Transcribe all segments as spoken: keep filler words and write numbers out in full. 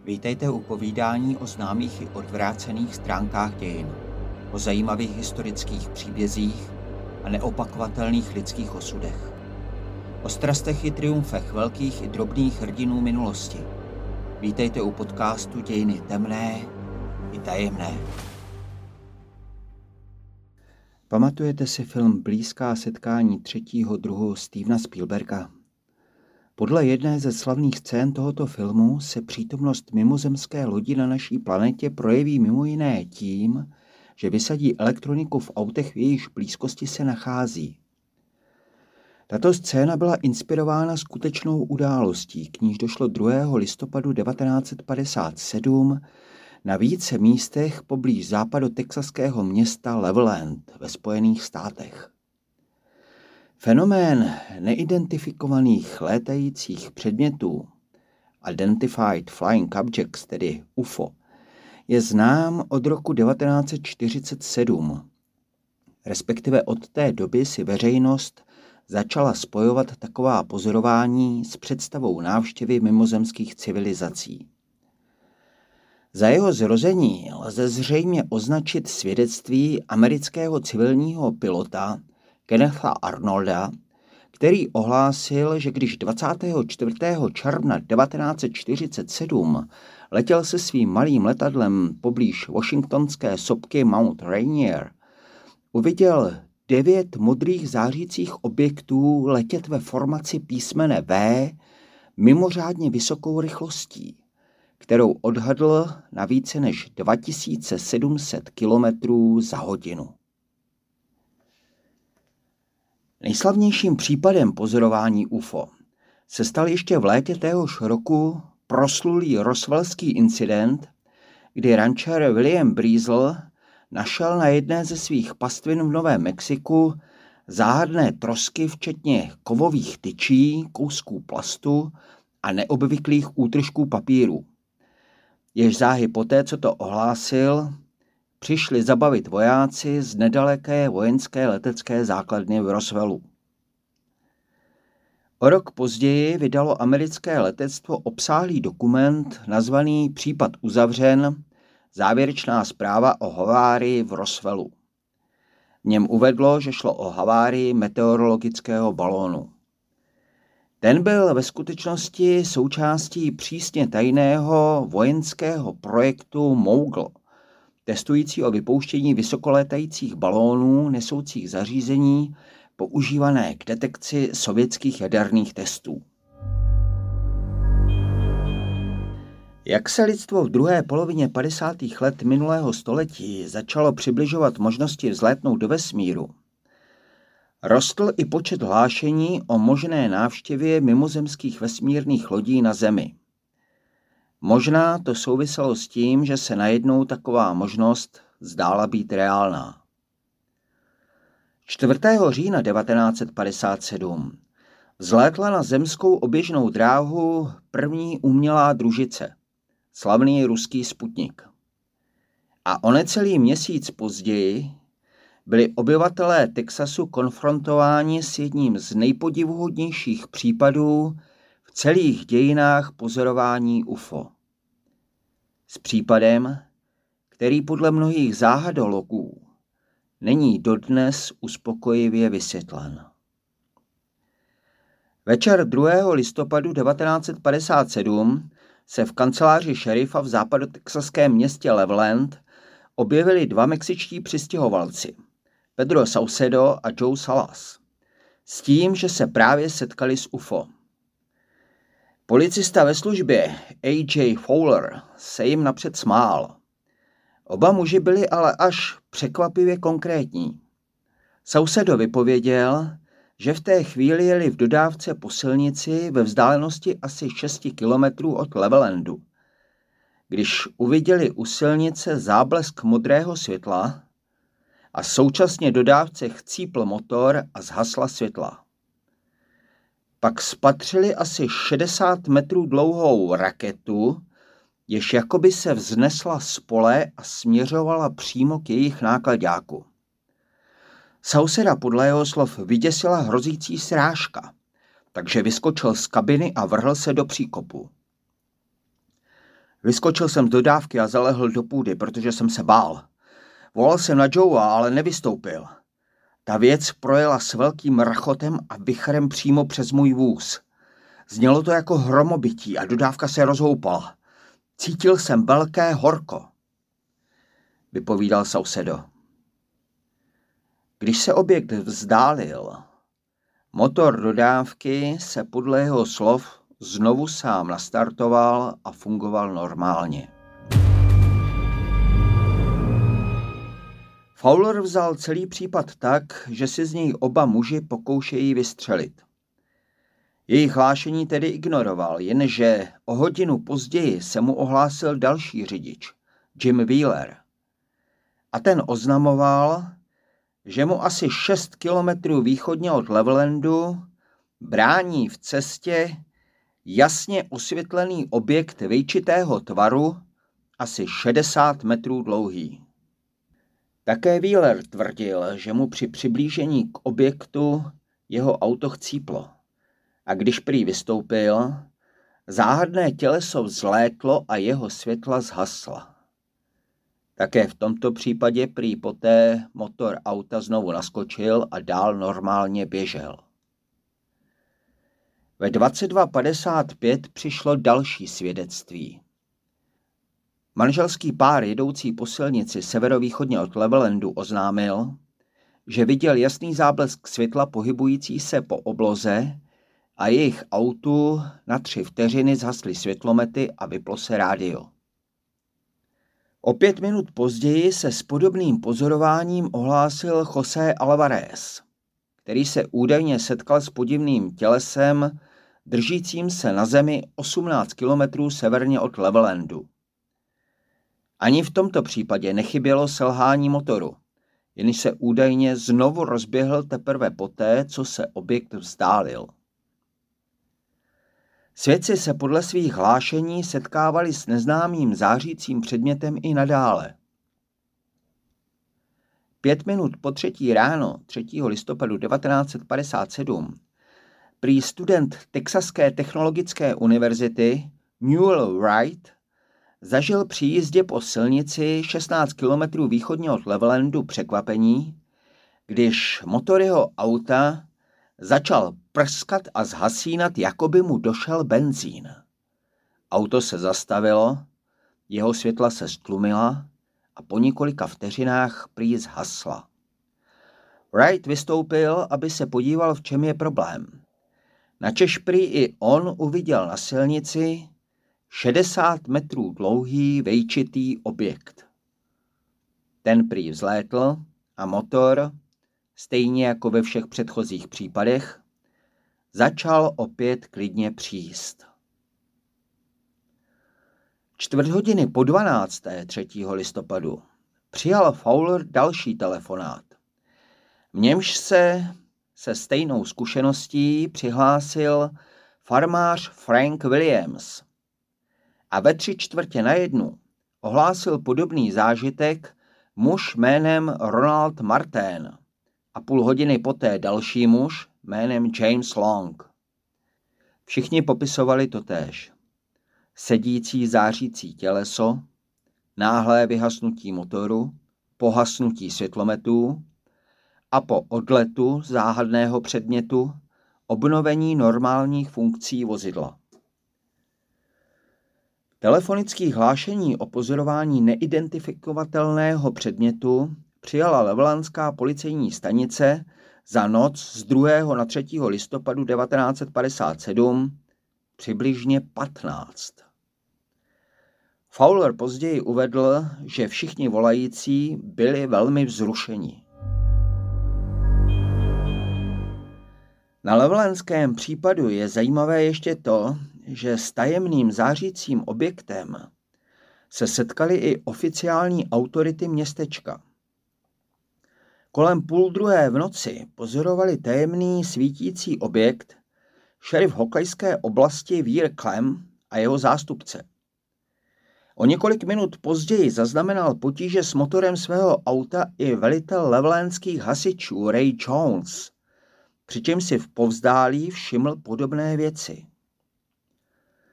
Vítejte u povídání o známých i odvrácených stránkách dějin, o zajímavých historických příbězích a neopakovatelných lidských osudech. O strastech i triumfech velkých i drobných hrdinů minulosti. Vítejte u podcastu Dějiny temné i tajemné. Pamatujete si film Blízká setkání třetího druhu Stevena Spielberga? Podle jedné ze slavných scén tohoto filmu se přítomnost mimozemské lodi na naší planetě projeví mimo jiné tím, že vysadí elektroniku v autech, v jejichž blízkosti se nachází. Tato scéna byla inspirována skutečnou událostí, k níž došlo druhého listopadu devatenáct set padesát sedm na více místech poblíž západotexaského města Levelland ve Spojených státech. Fenomén neidentifikovaných létajících předmětů, Identified Flying Objects, tedy U F O, je znám od roku devatenáct set čtyřicet sedm. Respektive od té doby si veřejnost začala spojovat taková pozorování s představou návštěvy mimozemských civilizací. Za jeho zrození lze zřejmě označit svědectví amerického civilního pilota Kennetha Arnolda, který ohlásil, že když dvacátého čtvrtého června devatenáct set čtyřicet sedm letěl se svým malým letadlem poblíž washingtonské sopky Mount Rainier, uviděl devět modrých zářících objektů letět ve formaci písmene V mimořádně vysokou rychlostí, kterou odhadl na více než dva tisíce sedm set kilometrů za hodinu. Nejslavnějším případem pozorování U F O se stal ještě v létě téhož roku proslulý roswellský incident, kdy rančer William Breasel našel na jedné ze svých pastvin v Novém Mexiku záhadné trosky včetně kovových tyčí, kousků plastu a neobvyklých útržků papíru. Jež záhy poté, co to ohlásil, přišli zabavit vojáci z nedaleké vojenské letecké základny v Roswellu. O rok později vydalo americké letectvo obsáhlý dokument nazvaný Případ uzavřen, závěrečná zpráva o havárii v Roswellu. V něm uvedlo, že šlo o havárii meteorologického balónu. Ten byl ve skutečnosti součástí přísně tajného vojenského projektu Mogul, testující o vypouštění vysokolétajících balónů nesoucích zařízení používané k detekci sovětských jaderných testů. Jak se lidstvo v druhé polovině padesátých let minulého století začalo přibližovat možnosti vzlétnout do vesmíru, rostl i počet hlášení o možné návštěvě mimozemských vesmírných lodí na Zemi. Možná to souviselo s tím, že se najednou taková možnost zdála být reálná. čtvrtého října devatenáct set padesát sedm vzlétla na zemskou oběžnou dráhu první umělá družice, slavný ruský Sputnik. A o necelý měsíc později byli obyvatelé Texasu konfrontováni s jedním z nejpodivuhodnějších případů v celých dějinách pozorování U F O. S případem, který podle mnohých záhadologů není dodnes uspokojivě vysvětlen. Večer druhého listopadu devatenáct set padesát sedm se v kanceláři šerifa v západotexaském městě Levelland objevili dva mexičtí přistěhovalci, Pedro Saucedo a Joe Salas, s tím, že se právě setkali s U F O. Policista ve službě A J Fowler se jim napřed smál. Oba muži byli ale až překvapivě konkrétní. Saucedo vypověděl, že v té chvíli jeli v dodávce po silnici ve vzdálenosti asi šest kilometrů od Levellandu. Když uviděli u silnice záblesk modrého světla a současně dodávce chcípl motor a zhasla světla. Pak spatřili asi šedesát metrů dlouhou raketu, jež jakoby se vznesla z pole a směřovala přímo k jejich náklaďáku. Sauseda podle jeho slov vyděsila hrozící srážka, takže vyskočil z kabiny a vrhl se do příkopu. Vyskočil jsem z dodávky a zalehl do půdy, protože jsem se bál. Volal jsem na Joea, ale nevystoupil. Ta věc projela s velkým rachotem a vichrem přímo přes můj vůz. Znělo to jako hromobytí a dodávka se rozhoupala. Cítil jsem velké horko, vypovídal Saucedo. Když se objekt vzdálil, motor dodávky se podle jeho slov znovu sám nastartoval a fungoval normálně. Fowler vzal celý případ tak, že si z něj oba muži pokoušejí vystřelit. Jejich hlášení tedy ignoroval, jenže o hodinu později se mu ohlásil další řidič, Jim Wheeler. A ten oznamoval, že mu asi šest kilometrů východně od Levelandu brání v cestě jasně osvětlený objekt vejčitého tvaru, asi šedesát metrů dlouhý. Také Wheeler tvrdil, že mu při přiblížení k objektu jeho auto chcíplo. A když prý vystoupil, záhadné těleso vzlétlo a jeho světla zhasla. Také v tomto případě prý poté motor auta znovu naskočil a dál normálně běžel. Ve dvacet dva padesát pět přišlo další svědectví. Manželský pár jedoucí po silnici severovýchodně od Levelandu oznámil, že viděl jasný záblesk světla pohybující se po obloze a jejich autu na tři vteřiny zhasly světlomety a vyplo se rádio. O pět minut později se s podobným pozorováním ohlásil José Alvarez, který se údajně setkal s podivným tělesem držícím se na zemi osmnáct kilometrů severně od Levelandu. Ani v tomto případě nechybělo selhání motoru, jenž se údajně znovu rozběhl teprve poté, co se objekt vzdálil. Svědci se podle svých hlášení setkávali s neznámým zářícím předmětem i nadále. Pět minut po třetí ráno třetího listopadu devatenáct set padesát sedm prý student Texaské technologické univerzity Newell Wright zažil při jízdě po silnici šestnáct kilometrů východně od Levelandu překvapení, když motor jeho auta začal prskat a zhasínat, jako by mu došel benzín. Auto se zastavilo, jeho světla se stlumila a po několika vteřinách prý zhasla. Wright vystoupil, aby se podíval, v čem je problém. Načež prý i on uviděl na silnici šedesát metrů dlouhý vejčitý objekt. Ten prý vzlétl a motor, stejně jako ve všech předchozích případech, začal opět klidně příst. Čtvrt hodiny po dvanácté třetího listopadu přijal Fowler další telefonát. V němž se se stejnou zkušeností přihlásil farmář Frank Williams a ve tři čtvrtě na jednu ohlásil podobný zážitek muž jménem Ronald Martin a půl hodiny poté další muž jménem James Long. Všichni popisovali totéž. Sedící zářící těleso, náhlé vyhasnutí motoru, pohasnutí světlometů a po odletu záhadného předmětu obnovení normálních funkcí vozidla. Telefonických hlášení o pozorování neidentifikovatelného předmětu přijala levelandská policejní stanice za noc z druhého na třetího listopadu devatenáct set padesát sedm přibližně patnáct. Fowler později uvedl, že všichni volající byli velmi vzrušeni. Na levelandském případu je zajímavé ještě to, že s tajemným zářícím objektem se setkali i oficiální autority městečka. Kolem půl druhé v noci pozorovali tajemný svítící objekt šerif hokejské oblasti Weir Clem a jeho zástupce. O několik minut později zaznamenal potíže s motorem svého auta i velitel levelandských hasičů Ray Jones, přičemž si v povzdálí všiml podobné věci.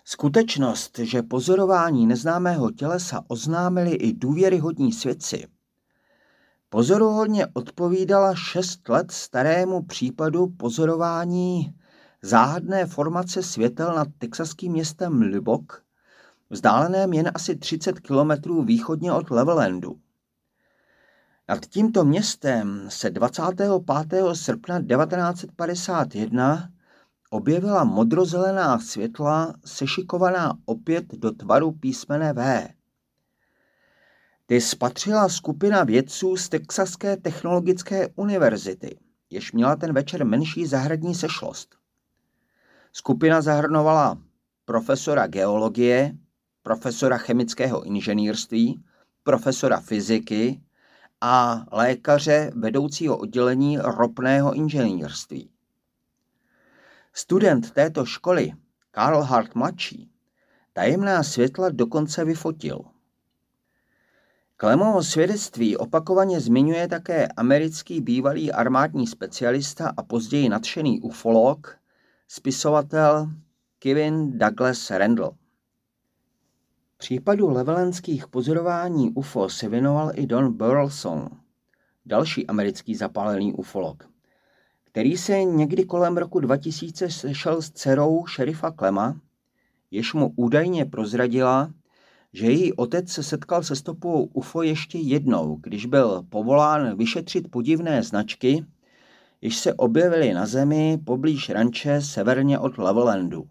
Skutečnost, že pozorování neznámého tělesa oznámili i důvěryhodní svědci, pozoruhodně odpovídala šest let starému případu pozorování záhadné formace světel nad texaským městem Lubbock, vzdáleném jen asi třicet kilometrů východně od Levelandu. Nad tímto městem se dvacátého pátého srpna devatenáct set padesát jedna objevila modrozelená světla sešikovaná opět do tvaru písmene V. Ty spatřila skupina vědců z Texaské technologické univerzity, jež měla ten večer menší zahradní sešlost. Skupina zahrnovala profesora geologie, profesora chemického inženýrství, profesora fyziky a lékaře vedoucího oddělení ropného inženýrství. Student této školy, Carl Hart mladší, tajemná světla dokonce vyfotil. Clemovo svědectví opakovaně zmiňuje také americký bývalý armádní specialista a později nadšený ufolog, spisovatel Kevin Douglas Randle. Případu levelandských pozorování U F O se věnoval i Don Burleson, další americký zapálený ufolog, který se někdy kolem roku dva tisíce sešel s dcerou šerifa Clema, jež mu údajně prozradila, že její otec se setkal se stopou U F O ještě jednou, když byl povolán vyšetřit podivné značky, jež se objevily na zemi poblíž ranče severně od Levelandu.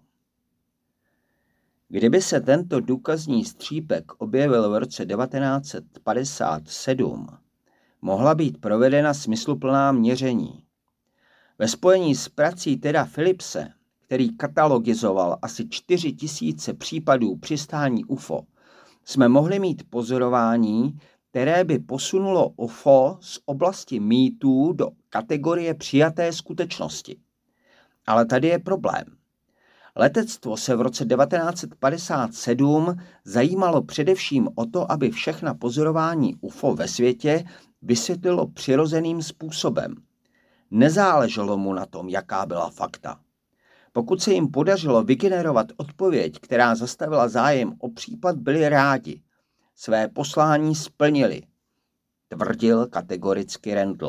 Kdyby se tento důkazní střípek objevil v roce devatenáct set padesát sedm, mohla být provedena smysluplná měření. Ve spojení s prací Teda Philipse, který katalogizoval asi čtyři tisíce případů přistání U F O, jsme mohli mít pozorování, které by posunulo U F O z oblasti mýtů do kategorie přijaté skutečnosti. Ale tady je problém. Letectvo se v roce devatenáct set padesát sedm zajímalo především o to, aby všechna pozorování U F O ve světě vysvětlilo přirozeným způsobem. Nezáleželo mu na tom, jaká byla fakta. Pokud se jim podařilo vygenerovat odpověď, která zastavila zájem o případ, byli rádi. Své poslání splnili, tvrdil kategoricky Randle.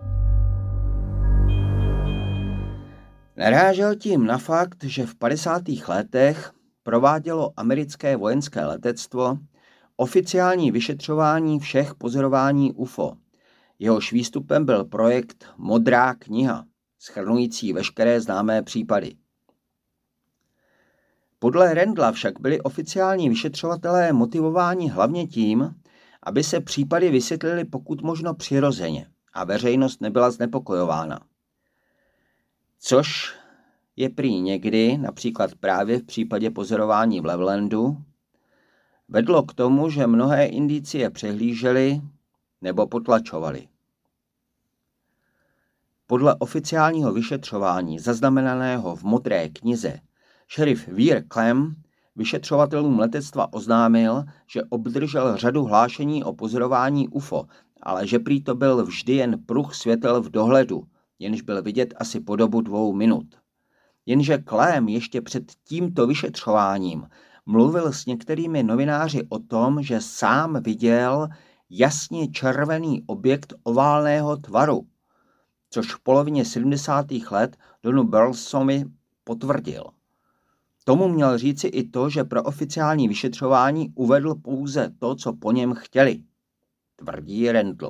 Narážel tím na fakt, že v padesátých letech provádělo americké vojenské letectvo oficiální vyšetřování všech pozorování U F O. Jehož výstupem byl projekt Modrá kniha, shrnující veškeré známé případy. Podle Randla však byli oficiální vyšetřovatelé motivováni hlavně tím, aby se případy vysvětlily pokud možno přirozeně a veřejnost nebyla znepokojována. Což je prý někdy, například právě v případě pozorování v Levelandu, vedlo k tomu, že mnohé indicie přehlížely nebo potlačovaly. Podle oficiálního vyšetřování zaznamenaného v Modré knize šerif Weir Clem vyšetřovatelům letectva oznámil, že obdržel řadu hlášení o pozorování U F O, ale že prý to byl vždy jen pruh světel v dohledu, jenž byl vidět asi po dobu dvou minut. Jenže Clem ještě před tímto vyšetřováním mluvil s některými novináři o tom, že sám viděl jasně červený objekt oválného tvaru, což v polovině sedmdesátých let Donu Burlesonovi potvrdil. Tomu měl říci i to, že pro oficiální vyšetřování uvedl pouze to, co po něm chtěli, tvrdí Randle.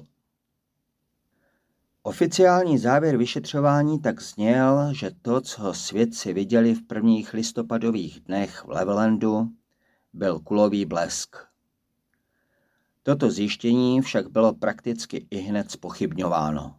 Oficiální závěr vyšetřování tak zněl, že to, co svědci viděli v prvních listopadových dnech v Levelandu, byl kulový blesk. Toto zjištění však bylo prakticky ihned zpochybňováno.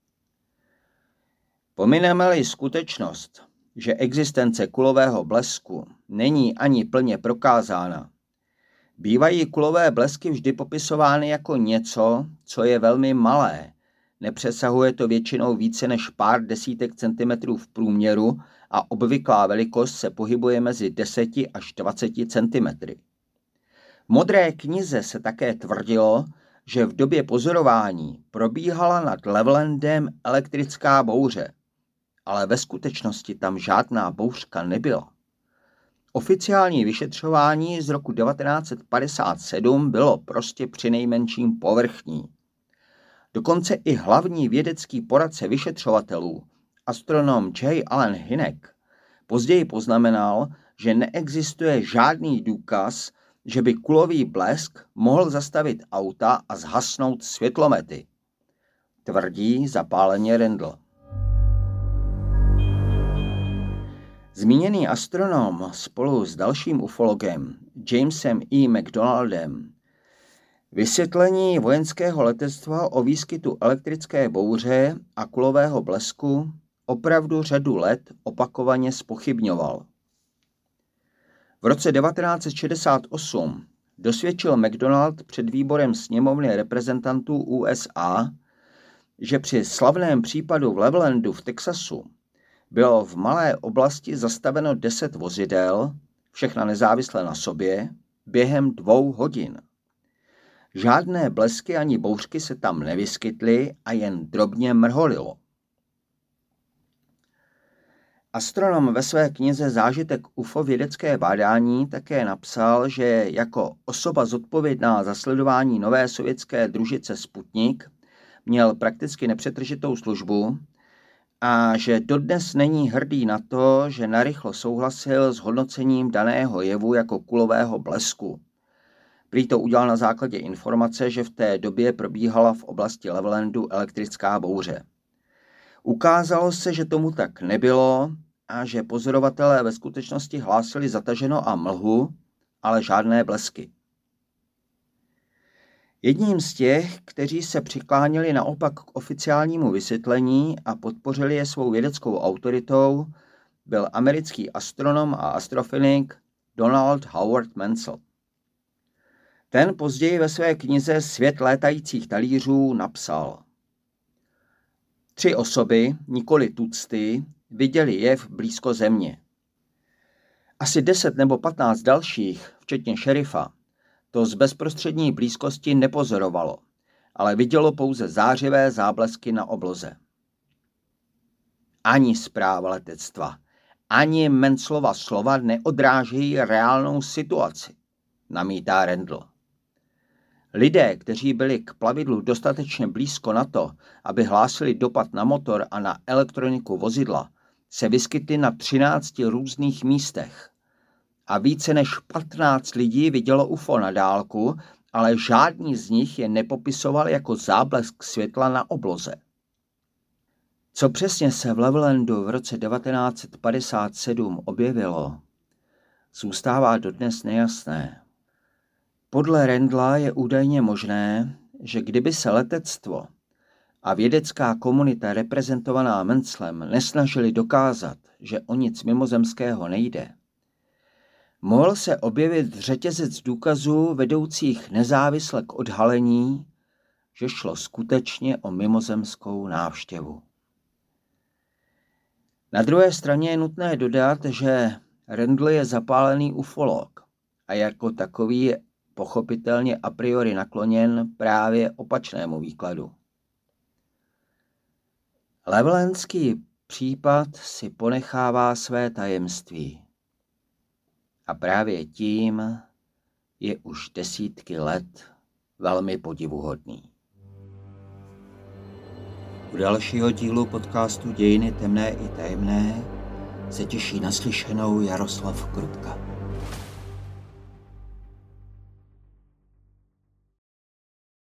Pomineme-li skutečnost, že existence kulového blesku není ani plně prokázána, bývají kulové blesky vždy popisovány jako něco, co je velmi malé. Nepřesahuje to většinou více než pár desítek centimetrů v průměru a obvyklá velikost se pohybuje mezi deseti až dvaceti centimetry. V Modré knize se také tvrdilo, že v době pozorování probíhala nad Levelandem elektrická bouře, ale ve skutečnosti tam žádná bouřka nebyla. Oficiální vyšetřování z roku devatenáct set padesát sedm bylo prostě přinejmenším povrchní. Dokonce i hlavní vědecký poradce vyšetřovatelů, astronom J. Allen Hynek, později poznamenal, že neexistuje žádný důkaz, že by kulový blesk mohl zastavit auta a zhasnout světlomety, tvrdí zapáleně Randall. Zmíněný astronom spolu s dalším ufologem Jamesem E. McDonaldem vysvětlení vojenského letectva o výskytu elektrické bouře a kulového blesku opravdu řadu let opakovaně zpochybňoval. V roce devatenáct set šedesát osm dosvědčil McDonald před výborem sněmovny reprezentantů U S A, že při slavném případu v Levelandu v Texasu bylo v malé oblasti zastaveno deset vozidel, všechna nezávisle na sobě, během dvou hodin. Žádné blesky ani bouřky se tam nevyskytly a jen drobně mrholilo. Astronom ve své knize Zážitek U F O vědecké bádání také napsal, že jako osoba zodpovědná za sledování nové sovětské družice Sputnik měl prakticky nepřetržitou službu a že dodnes není hrdý na to, že narychlo souhlasil s hodnocením daného jevu jako kulového blesku. Prý to udělal na základě informace, že v té době probíhala v oblasti Levelandu elektrická bouře. Ukázalo se, že tomu tak nebylo a že pozorovatelé ve skutečnosti hlásili zataženo a mlhu, ale žádné blesky. Jedním z těch, kteří se přikláněli naopak k oficiálnímu vysvětlení a podpořili je svou vědeckou autoritou, byl americký astronom a astrofyzik Donald Howard Mansell. Ten později ve své knize Svět létajících talířů napsal: Tři osoby, nikoli tucty, viděli jev blízko země. Asi deset nebo patnáct dalších, včetně šerifa, to z bezprostřední blízkosti nepozorovalo, ale vidělo pouze zářivé záblesky na obloze. Ani zpráva letectva, ani Manslova slova neodrážejí reálnou situaci, namítá Randall. Lidé, kteří byli k plavidlu dostatečně blízko na to, aby hlásili dopad na motor a na elektroniku vozidla, se vyskytli na třinácti různých místech. A více než patnáct lidí vidělo U F O na dálku, ale žádný z nich je nepopisoval jako záblesk světla na obloze. Co přesně se v Levelandu v roce devatenáct set padesát sedm objevilo, zůstává dodnes nejasné. Podle Randalla je údajně možné, že kdyby se letectvo a vědecká komunita reprezentovaná Manslem nesnažili dokázat, že o nic mimozemského nejde, mohl se objevit řetězec důkazů vedoucích nezávisle k odhalení, že šlo skutečně o mimozemskou návštěvu. Na druhé straně je nutné dodat, že Randall je zapálený ufolog a jako takový je pochopitelně a priori nakloněn právě opačnému výkladu. Levelandský případ si ponechává své tajemství a právě tím je už desítky let velmi podivuhodný. U dalšího dílu podcastu Dějiny temné i tajemné se těší naslyšenou Jaroslav Krutka.